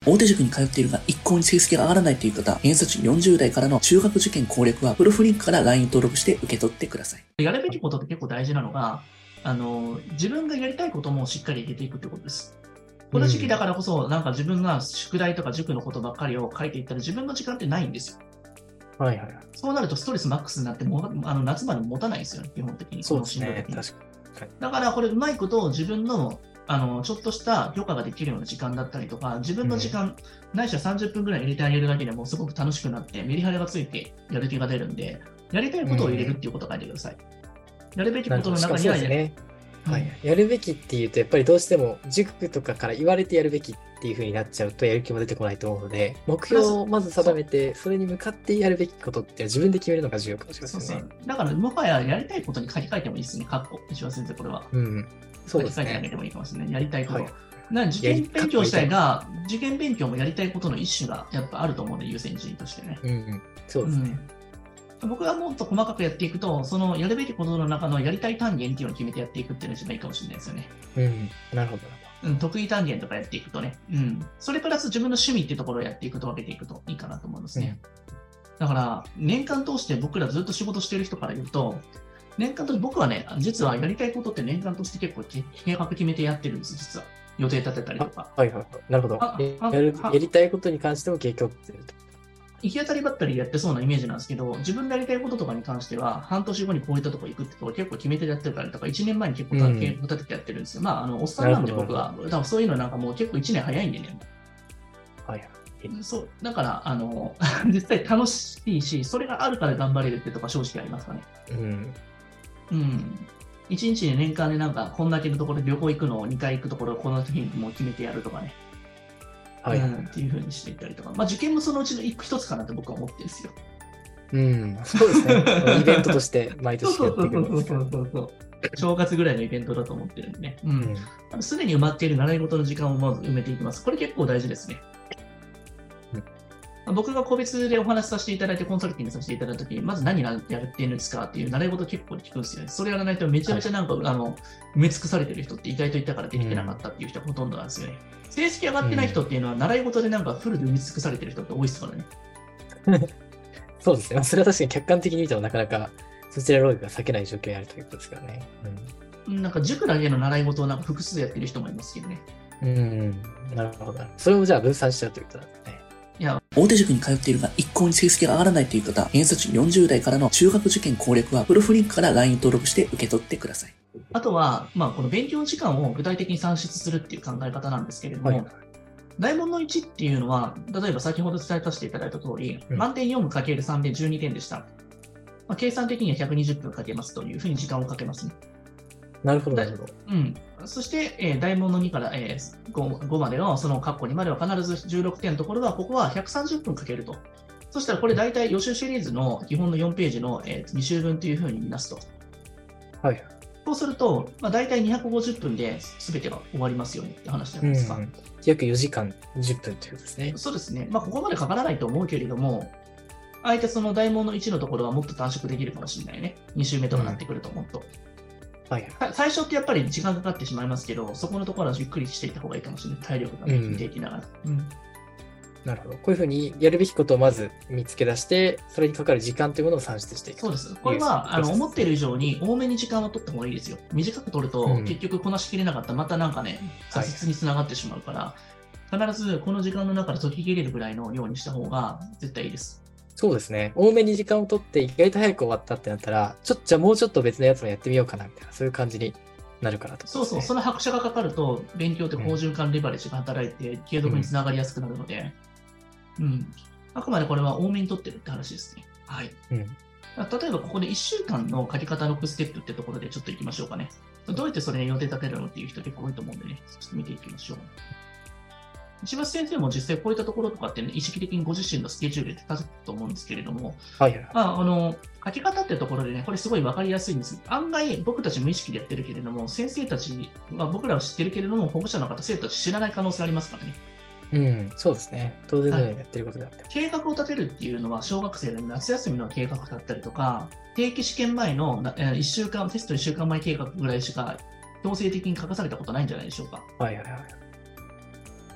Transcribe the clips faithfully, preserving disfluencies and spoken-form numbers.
大手塾に通っているが一向に成績が上がらないという方、偏差値よんじゅう代からの中学受験攻略はプロフリンクから ライン 登録して受け取ってください。 やるべきことって結構大事なのが、あの、自分がやりたいこともしっかり入れていくってことです。この時期だからこそ、なんか自分が宿題とか塾のことばっかりを書いていったら自分の時間ってないんですよ。 はいはい。 そうなるとストレスマックスになってもあの夏まで持たないんですよね、基本的に。 そうですね。 このしんどい時に確かに。 だからこれうまいことを自分のあのちょっとした許可ができるような時間だったりとか、自分の時間、うん、ないしはさんじゅっぷんぐらい入れてあげるだけでもすごく楽しくなって、メリハリがついてやる気が出るんで、やりたいことを入れるっていうことを書いてください。うん、やるべきことの中にはやる。 ねはい、やるべきっていうと、やっぱりどうしても塾とかから言われてやるべきっていう風になっちゃうと、やる気も出てこないと思うので、目標をまず定めて、それに向かってやるべきことって自分で決めるのが重要かもしれませんね。そうそうだから、もはややりたいことに書き換えてもいいですね、かっこ。石橋先生、これは。 うん。そうですね。 書き換えてあげてもいいかもしれない。やりたいこと。はいな受験勉強自体が、受験勉強もやりたいことの一種がやっぱあると思うので、優先順位としてね。 うん、うん、そうですね。 うん、僕はもっと細かくやっていくと、そのやるべきことの中のやりたい単元っていうのを決めてやっていくっていうのが一番いいかもしれないですよね。 うん、なるほど。 うん、得意単元とかやっていくとね。うん。それプラス自分の趣味っていうところをやっていくと分けていくといいかなと思いますね。うん、だから、年間通して僕らずっと仕事してる人から言うと、年間通して僕はね、実はやりたいことって年間として結構計画決めてやってるんです、実は。予定立てたりとか。 はいはいはい。なるほど。やる、やりたいことに関しても計画立てると。 行き当たりばったりやってそうなイメージなんですけど、自分でやりたいこととかに関しては、半年後にこういったとこ行くってとこ結構決めてやってるからとか、いちねんまえに結構計画立ててやってるんですよ。うん、まあ、あの、おっさんなんで僕は、多分そういうのなんかもう結構いちねん早いんでね。 はいはい。 そう、だから、あの、実際楽しいし、それがあるから頑張れるってとか正直ありますかね。 うん。 うん。いちにちに年間でなんか、こんだけのところで旅行行くのをにかい行くところをこの日にもう決めてやるとかね。はい、うん。っていう風にしていったりとか。まあ、受験もそのうちの一つかなって僕は思ってるんですよ。 うん、そうですね。イベントとして毎年やっていくんですか。 そうそうそうそう。正月ぐらいのイベントだと思ってるんでね。うん。すで、うん、に埋まっている習い事の時間をまず埋めていきます。これ結構大事ですね。僕が個別でお話しさせていただいて、コンサルティングさせていただいたときに、まず何やってるんですかっていう習い事結構聞くんですよね。それやらないとめちゃめちゃなんか、はい、あの埋め尽くされてる人って意外といたからできてなかったっていう人がほとんどなんですよね。うん、成績上がってない人っていうのは、習い事でなんかフルで埋め尽くされてる人って多いですからね。 そうですね。それは確かに客観的に見てもなかなかそちらロールが避けない状況にあるということですからね。 うん、なんか塾だけの習い事をなんか複数やってる人もいますけどね。 うん、なるほど。それをじゃあ分散しちゃうということなんですね。 いや大手塾に通っているが一向に成績が上がらないという方、偏差値よんじゅう代からの中学受験攻略はプロフリンクから ライン 登録して受け取ってください。 あとは、まあ、この勉強時間を具体的に算出するっていう考え方なんですけれども、はい、大問のいちっていうのは、例えば先ほど伝えさせていただいた通り、うん、満点 よんかけるさん でじゅうにてんでした。まあ、計算的にはひゃくにじゅっぷんかけますというふうに時間をかけますね。 なるほど、なるほど。 うん。そして、えー、大問のにから、えー、5, 5までのその括弧にまでは必ずじゅうろくてんのところは、ここはひゃくさんじゅっぷんかけると。そしたらこれ大体予習シリーズの基本のよんページの、えー、に週分というふうに見なすと。 はい。 そうすると、まあ、大体にひゃくごじゅっぷんで全てが終わりますよねって話じゃないですか。うん、 約よじかんじゅっぷんということですね。 そうですね。まあ、ここまでかからないと思うけれども、相手その大問のいちのところはもっと短縮できるかもしれないね。に週目とかなってくるともっと。うんはい、最初ってやっぱり時間かかってしまいますけど、そこのところはゆっくりしていった方がいいかもしれない。体力がね、見ていきながら、うん。 なるほど。こういうふうにやるべきことをまず見つけ出して、それにかかる時間というものを算出していく。 そうです。これはあの思っている以上に多めに時間を取った方がいいですよ。短く取ると、うん、結局こなしきれなかったらまたなんかね、挫折につながってしまうから、はい、必ずこの時間の中で解き切れるぐらいのようにした方が絶対いいです。 そうですね。多めに時間を取って意外と早く終わったってなったら、ちょっとじゃあもうちょっと別のやつもやってみようかなみたいな、そういう感じになるかなと、ね。 そうそう、その拍車がかかると、勉強って好循環レバレッジが働いて、継続につながりやすくなるので、うん、うん。あくまでこれは多めに取ってるって話ですね。はい。うん、例えばここでいっしゅうかんの書き方ろくステップってところでちょっと行きましょうかね。どうやってそれに予定立てるのっていう人結構多いと思うんでね、ちょっと見ていきましょう。石橋先生も実際こういったところとかって、ね、意識的にご自身のスケジュールで立てると思うんですけれども、 はいはいはい、 まあ、あの書き方ってところでね、これすごい分かりやすいんです。案外僕たち無意識でやってるけれども、先生たちは僕らは知ってるけれども、保護者の方、生徒たち知らない可能性ありますからね。 うん、そうですね。当然のようにやってることであって、はい。 計画を立てるっていうのは、小学生で夏休みの計画だったりとか、定期試験前のいっしゅうかん、テストいっしゅうかんまえ計画ぐらいしか強制的に書かされたことないんじゃないでしょうか。 はいはいはい。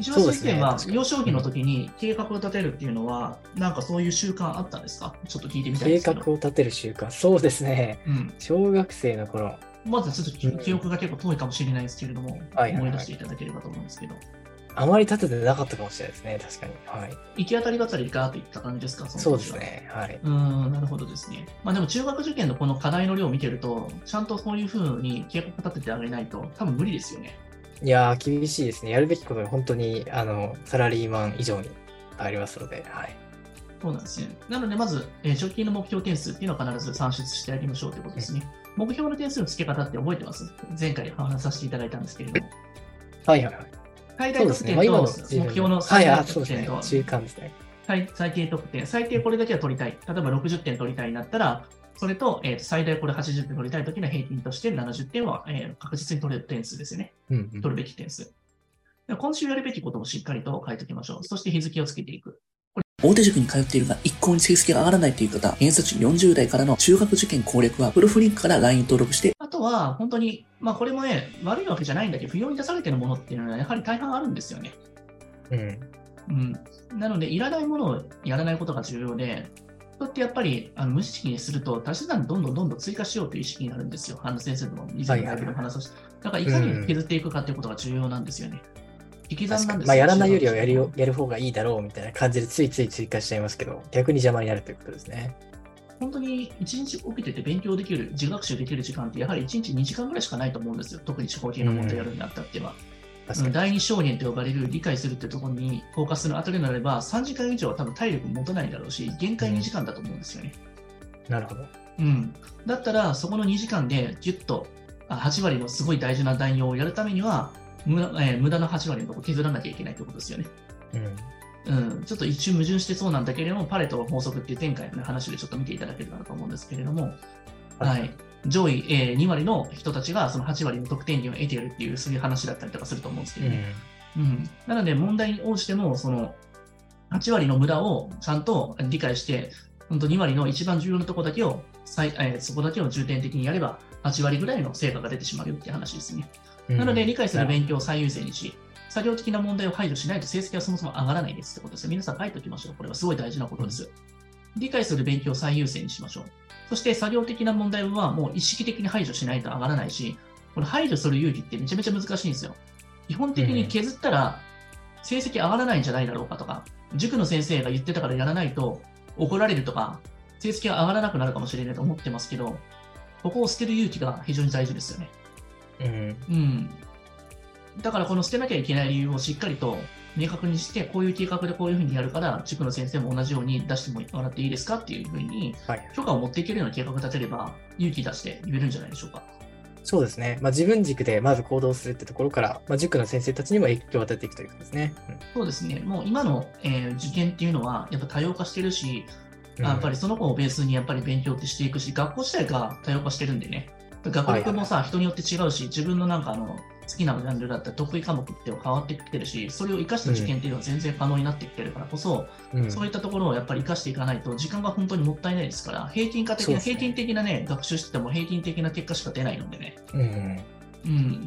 石橋先生は幼少期の時に計画を立てるっていうのは、うん、なんかそういう習慣あったんですか？ちょっと聞いてみたいですけど。 計画を立てる習慣、そうですね。うん、小学生の頃。 まずちょっと記憶が結構遠いかもしれないですけれども、うん、思い出していただければと思うんですけど。 あまり立ててなかったかもしれないですね、確かに。はい。 行き当たりばったりガーッといった感じですか？ そうですね。はい。 うん、なるほどですね。まあでも中学受験のこの課題の量を見てると、ちゃんとそういうふうに計画立ててあげないと多分無理ですよね。 いやー、厳しいですね。やるべきことが本当に、あの、サラリーマン以上にありますので、はい。 そうなんですね。なので、まず、えー、直近の目標点数っていうのを必ず算出してあげましょうということですね。うん、目標の点数の付け方って覚えてます？前回話させていただいたんですけれども。 はいはいはい。 最大得点と目標の最大得点と、 中間ですね。 最低得点、最低これだけは取りたい。例えばろくじゅってん取りたいになったら、それと、えー、最大これはちじゅってん取りたいときの平均としてななじゅってんは、えー、確実に取れる点数ですよね。うんうん、取るべき点数。今週やるべきこともしっかりと書いておきましょう。そして日付をつけていく。 大手塾に通っているが一向に成績が上がらないという方、偏差値よんじゅう代からの中学受験攻略はプロフリンクから ライン 登録して。 あとは、本当に、まあこれもね、悪いわけじゃないんだけど、不要に出されているものっていうのはやはり大半あるんですよね。うん。うん。なので、いらないものをやらないことが重要で、人ってやっぱりあの無意識にすると、足し算どんどんどんどん追加しようという意識になるんですよ。半田先生とも以前のライブで話をして。だから、いかに削っていくかということが重要なんですよね。引き算なんですよ。 まあ、やらないよりはやるよ、やる方がいいだろうみたいな感じでついつい追加しちゃいますけど、逆に邪魔になるということですね。 本当にいちにち起きてて勉強できる、自学習できる時間ってやはりいちにちにじかんぐらいしかないと思うんですよ。特に地方系の問題やるんだったっては。うん、第二証言と呼ばれる理解するってところにフォーカスするあたりになれば、さんじかん以上は多分体力持たないだろうし、限界にじかんだと思うんですよね。 うん、なるほど。 うん。だったら、そこのにじかんでギュッとはち割のすごい大事な内容をやるためには、無駄、えー、無駄なはち割のところを削らなきゃいけないということですよね。うん。うん。ちょっと一瞬矛盾してそうなんだけれども、パレットの法則っていう前回の話でちょっと見ていただければと思うんですけれども、はい。はい、上位、えー、に割の人たちがそのはち割の得点源を得ているっていう、そういう話だったりとかすると思うんですけどね。うん。うん、なので、問題に応じても、そのはち割の無駄をちゃんと理解して、本当に割の一番重要なところだけを、えー、そこだけを重点的にやれば、はち割ぐらいの成果が出てしまうよっていう話ですね。なので、理解する勉強を最優先にし、作業的な問題を排除しないと成績はそもそも上がらないですってことです。皆さん書いておきましょう。これはすごい大事なことです。理解する勉強を最優先にしましょう。そして、作業的な問題はもう意識的に排除しないと上がらないし、これ排除する勇気ってめちゃめちゃ難しいんですよ。基本的に削ったら成績上がらないんじゃないだろうかとか、塾の先生が言ってたからやらないと怒られるとか、成績が上がらなくなるかもしれないと思ってますけど、ここを捨てる勇気が非常に大事ですよね。うん。うん。だからこの捨てなきゃいけない理由をしっかりと明確にして、こういう計画でこういうふうにやるから、塾の先生も同じように出してもらっていいですかっていうふうに、許可を持っていけるような計画を立てれば、勇気出して言えるんじゃないでしょうか。 そうですね。まあ、自分軸でまず行動するってところから、まあ、塾の先生たちにも影響を与えていくということですね。 うん、そうですね。もう今の、えー、受験っていうのは、やっぱ多様化してるし、やっぱりその子をベースにやっぱり勉強ってしていくし、学校自体が多様化してるんでね。学力もさ、はいはい、人によって違うし、自分のなんかあの好きなジャンルだったら得意科目って変わってきてるし、それを生かした受験っていうのは全然可能になってきてるからこそ、うん、そういったところをやっぱり生かしていかないと時間が本当にもったいないですから、平均化的な、ね、平均的なね、学習してても平均的な結果しか出ないのでね。うん。うん、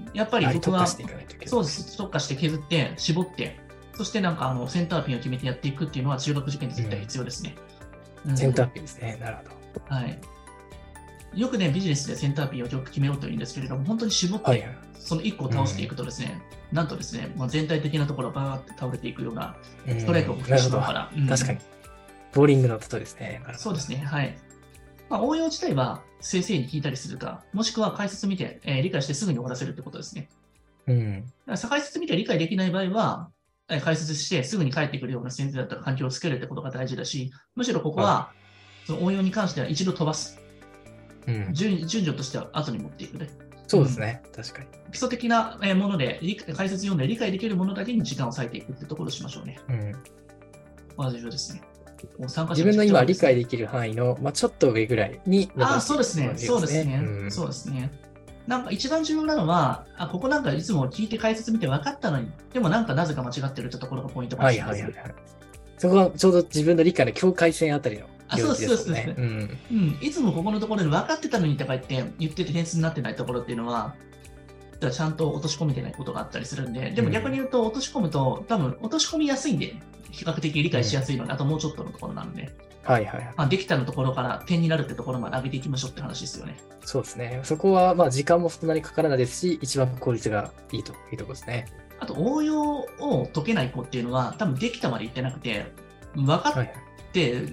やっぱり僕は、そうです、特化して削って、絞って、そしてなんかあのセンターピンを決めてやっていくっていうのは中学受験で絶対必要ですね。 うんうん、センターピンですね。なるほど。はい。よくね、ビジネスでセンターピンを決めようというんですけれども、本当に絞って、はいはい、そのいっこを倒していくとですね、うん、なんとですね、まあ、全体的なところがバーって倒れていくようなストライクを振ってしまうから。 うん、確かに。ボーリングの例えですね。 そうですね、はい。まあ、応用自体は先生に聞いたりするか、もしくは解説見て、えー、理解してすぐに終わらせるってことですね。うん。だから解説見て理解できない場合は、えー、解説してすぐに帰ってくるような先生だったら環境をつけるってことが大事だし、むしろここは、はい、その応用に関しては一度飛ばす。うん、順, 順序としては後に持っていくね。 そうですね、うん、確かに。 基礎的なもので、解説読んで理解できるものだけに時間を割いていくってところをしましょうね。うん。まあ重要ですね。 参加者自分の今理解できる範囲の、まあ、ちょっと上ぐらいに、 ああ、そうですね。そうですね。うん、そうですね。なんか一番重要なのは、あ、ここなんかいつも聞いて解説見て分かったのに、でもなんかなぜか間違ってるってところがポイントかもしれないです。はいはいはい。 そこはちょうど自分の理解の境界線あたりの。 あ、そうです、そうです。うん。うん。いつもここのところで分かってたのにとか言って、言ってて点数になってないところっていうのは、 ってはちゃんと落とし込めてないことがあったりするんで、でも逆に言うと落とし込むと多分落とし込みやすいんで、比較的理解しやすいので、あともうちょっとのところなので、 はいはいはい。 まあ、できたのところから点になるってところまで上げていきましょうって話ですよね。 そうですね。そこはまあ時間もそんなにかからないですし、一番効率がいいというところですね。 あと応用を解けない子っていうのは多分できたまで言ってなくて、分かって、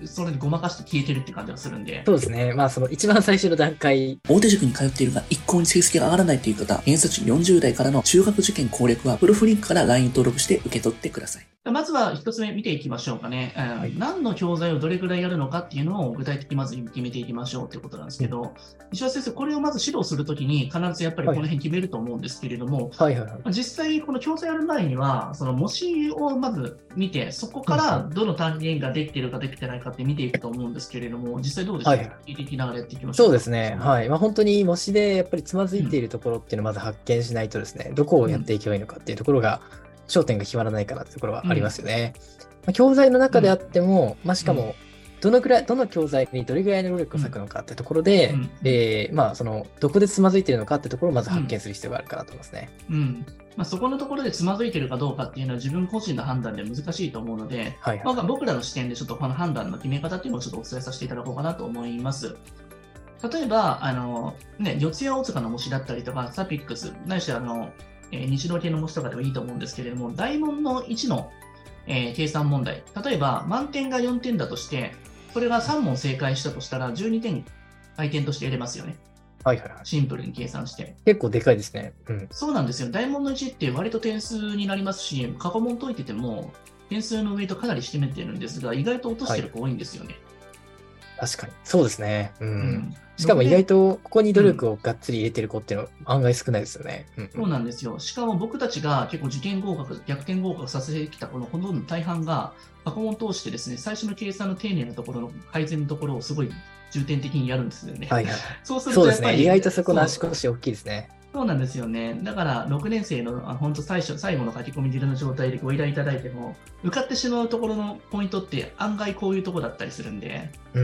それでごまかして消えてるって感じがするんで。 そうですね。まあその一番最初の段階。 大手塾に通っているが一向に成績が上がらないという方、偏差値よんじゅう代からの中学受験攻略はプルフリンクから ライン 登録して受け取ってください。 まずは一つ目見ていきましょうかね、はい。何の教材をどれくらいやるのかっていうのを具体的にまず決めていきましょうということなんですけど、うん、石橋先生、これをまず指導するときに必ずやっぱりこの辺決めると思うんですけれども、はいはいはいはい、実際この教材やる前には、その模試をまず見て、そこからどの単元ができているかできてないかって見ていくと思うんですけれども、実際どうでしょうか、はいはい、聞いていきながらやっていきましょう。 そうですね。はい。まあ、本当に模試でやっぱりつまずいているところっていうのをまず発見しないとですね、うん、どこをやっていけばいいのかっていうところが、焦点が決まらないかなってところはありますよね。うんまあ、教材の中であっても、うん、まあ、しかも、どのぐらい、どの教材にどれぐらいの労力を割くのかってところで、うんえー、まあ、その、どこでつまずいているのかってところをまず発見する必要があるかなと思いますね。 うん。うんまあ、そこのところでつまずいているかどうかっていうのは自分個人の判断で難しいと思うので、はいはいまあ、僕らの視点でちょっとこの判断の決め方っていうのをちょっとお伝えさせていただこうかなと思います。例えば、あの、ね、四谷大塚の模試だったりとか、サピックス、ないしはあの、えー、日動系の模試とかでもいいと思うんですけれども、大問のいちの、えー、計算問題。例えば、満点がよんてんだとして、それがさん問正解したとしたら、じゅうにてん配点として得れますよね。 はいはいはい。 シンプルに計算して。 結構でかいですね。うん。 そうなんですよ。大問のいちって割と点数になりますし、過去問解いてても、点数のウェイトかなり占めてるんですが、意外と落としてる子多いんですよね。 はい、確かに。そうですね。うん。うんしかも意外とここに努力をがっつり入れてる子っていうのは案外少ないですよね。 うん、そうなんですよ。しかも僕たちが結構受験合格、逆転合格させてきたこのほとんど大半が過去問を通してですね、最初の計算の丁寧なところの改善のところをすごい重点的にやるんですよね。 はいはい。 そうするとやっぱりそうですね。意外とそこの足腰大きいですね。 そうなんですよね。だからろくねん生の本当最初最後の書き込み汁の状態でご依頼いただいても、受かってしまうところのポイントって案外こういうところだったりするんで。うん。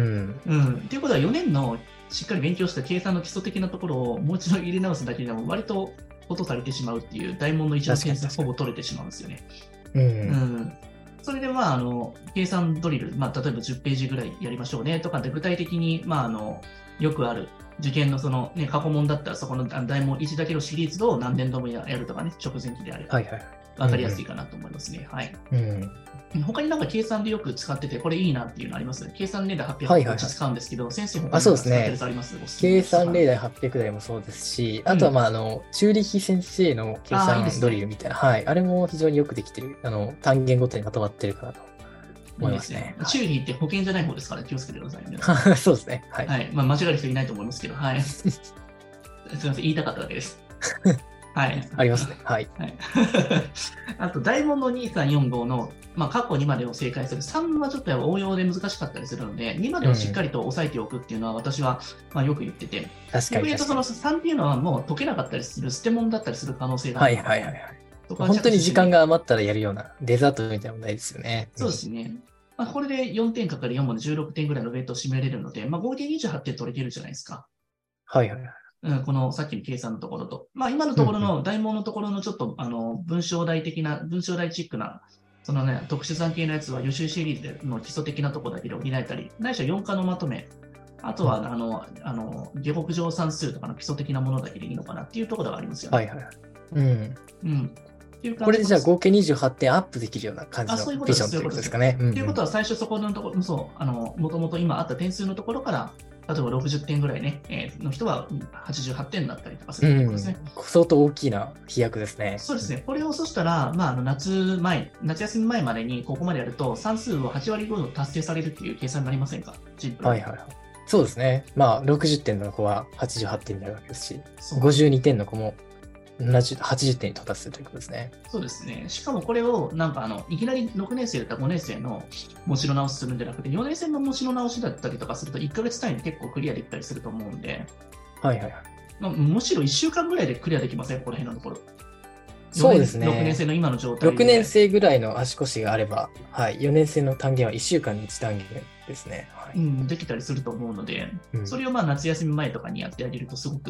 うん。ということはよねんのしっかり勉強した計算の基礎的なところをもう一度入れ直すだけでも割とことされてしまうっていう大問の一の点数ほぼ取れてしまうんですよね。うん。うんそれで、まあ、あの、計算ドリル、まあ、例えばじゅっページぐらいやりましょうねとかで具体的に、まあ、あの、よくある受験のその、ね、過去問だったらそこの大問いちだけのシリーズを何年度もやるとかね、直前期であれば、はいはい、分かりやすいかなと思いますね。うん、はい。うん他になんか計算でよく使ってて、これいいなっていうのあります？計算例題はっぴゃくうち使うんですけど、はいはいはい、先生他に使ってるやつあります？ あ、そうですね。計算例題はっぴゃく台もそうですし、うん、あとはまああの中力先生の計算ドリルみたいな、あ, いいね、はい、あれも非常によくできてる、あの単元ごとにまとまってるかなと思いますね。 いいですね。中力って保険じゃない方ですから気をつけてくださいね。 そうですね。はい。 はい、まあ、間違える人いないと思いますけど、はい。すみません、言いたかっただけです。はい。 ありますね。はい。はい、 あと、大問のに、さん、よん、ごの、まあ、過去にまでを正解する。さんはちょっと応用で難しかったりするので、にまでをしっかりと押さえておくっていうのは私はまあよく言ってて。 確かに。 逆に言うと、そのさんっていうのはもう解けなかったりする、捨て物だったりする可能性があるので。 はいはいはい、はい。本当に時間が余ったらやるようなデザートみたいなものないですよね。 そうですね。まあ、これでよんてんかかるよん問でじゅうろくてんぐらいのウェイトを占めれるので、まあ、合計にじゅうはってん取れてるじゃないですか。 はいはいはい。 うん、このさっきの計算のところと。まあ、今のところの大問のところのちょっと、あの、文章題的な、文章題チックな、そのね、特殊算系のやつは予習シリーズの基礎的なところだけで補えたり、ないしはよん科のまとめ、あとは、うん、あの、あの、下克上算数とかの基礎的なものだけでいいのかなっていうところがありますよね。 はいはい。うん。 うん。 これでじゃあ合計にじゅうはってんアップできるような感じのビジョンということですかね。 ということは最初そこのところ、そう、あの、もともと今あった点数のところから、例えばろくじゅってんぐらいね、えー、の人ははちじゅうはってんだったりとかするということですね、 うん。相当大きな飛躍ですね。 そうですね。これをそしたら、まあ、あの夏前、夏休み前までにここまでやると、算数をはち割ごと達成されるっていう計算になりませんか？シンプルに。 はいはいはい。そうですね。まあ、ろくじゅってんの子ははちじゅうはってんになるわけですし、ごじゅうにてんの子もはちじゅってんに到達するということですね。 そうですね。しかもこれを、なんかあの、いきなりろくねん生だったらごねん生の模試の直しするんじゃなくて、よねん生の模試の直しだったりとかすると、いっかげつ単位で結構クリアできたりすると思うんで、 はいはいはい。 まあ、むしろいっしゅうかんぐらいでクリアできません、この辺のところ。 そうですね。 ろくねん生の今の状態で。 ろくねん生ぐらいの足腰があれば、はい、よねん生の単元はいっしゅうかんにいち単元ですね。はい、 うん、できたりすると思うので、うん、それをまあ夏休み前とかにやってあげるとすごく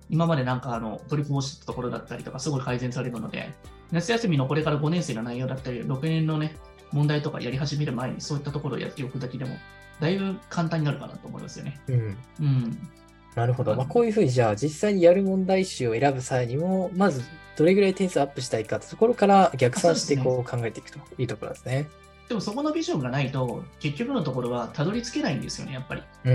今までなんかあの取りこぼしてたところだったりとか、すごい改善されるので、夏休みのこれからごねん生の内容だったり、ろくねんのね、問題とかやり始める前にそういったところをやっておくだけでも、だいぶ簡単になるかなと思いますよね。 うん。 うん。 なるほど。まあ、こういうふうにじゃあ実際にやる問題集を選ぶ際にも、まずどれぐらい点数アップしたいかってところから逆算してこう考えていくというところですね。 でもそこのビジョンがないと、結局のところはたどり着けないんですよね、やっぱり。 うん、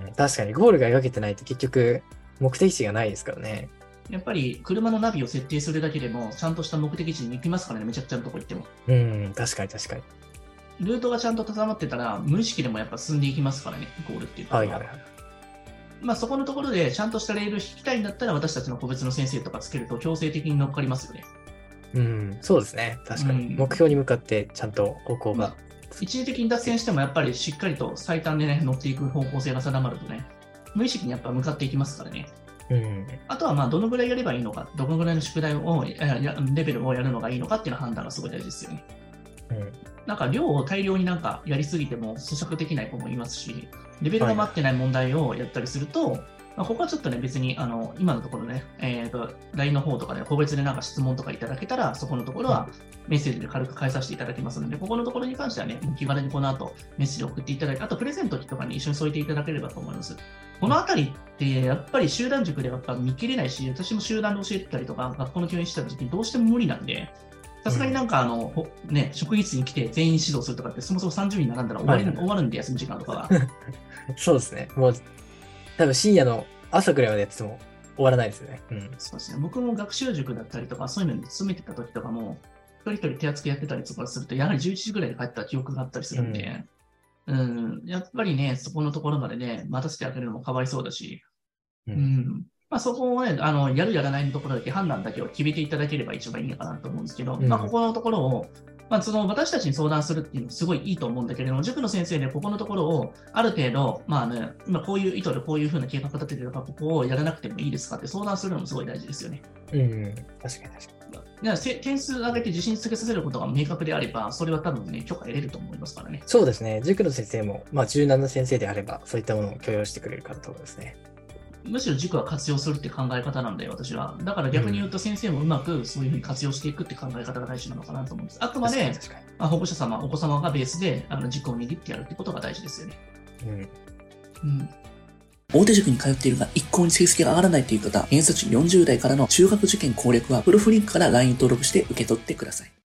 確かにゴールが描けてないと結局目的地がないですからね。 やっぱり車のナビを設定するだけでも、ちゃんとした目的地に行きますからね、めちゃくちゃのとこ行っても。 うん、確かに確かに。 ルートがちゃんと定まってたら、無意識でもやっぱ進んでいきますからね、ゴールっていうところは。はいはいはい。まあそこのところでちゃんとしたレール引きたいんだったら、私たちの個別の先生とかつけると強制的に乗っかりますよね。 うん、そうですね。確かに。うん、目標に向かってちゃんと方向が。まあ、 一時的に脱線してもやっぱりしっかりと最短でね、乗っていく方向性が定まるとね、無意識にやっぱ向かっていきますからね。うん、あとはまあどのぐらいやればいいのか、どのぐらいの宿題を、レベルをやるのがいいのかっていうの判断がすごい大事ですよね。うん、なんか量を大量になんかやりすぎても咀嚼できない子もいますし、レベルが待ってない問題をやったりすると、はい、まあ、ここはちょっとね、別にあの今のところね、えーと、ライン の方とかで個別でなんか質問とかいただけたら、そこのところはメッセージで軽く返させていただきますので、ここのところに関してはね、気軽にこの後メッセージを送っていただいて、あとプレゼントとかに一緒に添えていただければと思います。このあたりってやっぱり集団塾でやっぱ見切れないし、私も集団で教えてたりとか、学校の教員してた時にどうしても無理なんで、さすがになんかあの、うん、ね、職員室に来て全員指導するとかって、そもそもさんじゅうにん並んだら終わり、はい、終わるんで、休み時間とかは。 そうですね。もう、多分深夜の朝くらいまでやってても終わらないですよね。 うん、そうですね。僕も学習塾だったりとか、そういうのに勤めてた時とかも、一人一人手厚くやってたりとかすると、やはりじゅういちじぐらいで帰った記憶があったりするんで、うん、うん、やっぱりね、そこのところまでね、待たせてあげるのもかわいそうだし、うん、うんまあ、そこをね、あの、やるやらないのところだけ判断だけを決めていただければ一番いいのかなと思うんですけど、うん、まあ、ここのところを、まあ、その私たちに相談するっていうのはすごいいいと思うんだけれども、塾の先生でここのところをある程度、まあね、今こういう意図でこういうふうな計画立ててるから、ここをやらなくてもいいですかって相談するのもすごい大事ですよね。 うん、確かに確かに。点数上げて自信つけさせることが明確であれば、それは多分ね、許可得れると思いますからね。 そうですね。塾の先生も、まあ、柔軟な先生であれば、そういったものを許容してくれるかと思いますね。 むしろ塾は活用するって考え方なんで、私は。だから逆に言うと先生もうまくそういうふうに活用していくって考え方が大事なのかなと思うんです。あくまで、まあ、保護者様、お子様がベースであの塾を握ってやるってことが大事ですよね。 うん。うん。大手塾に通っているが一向に成績が上がらないという方、偏差値よんじゅう代からの中学受験攻略はプロフリンクから ライン 登録して受け取ってください。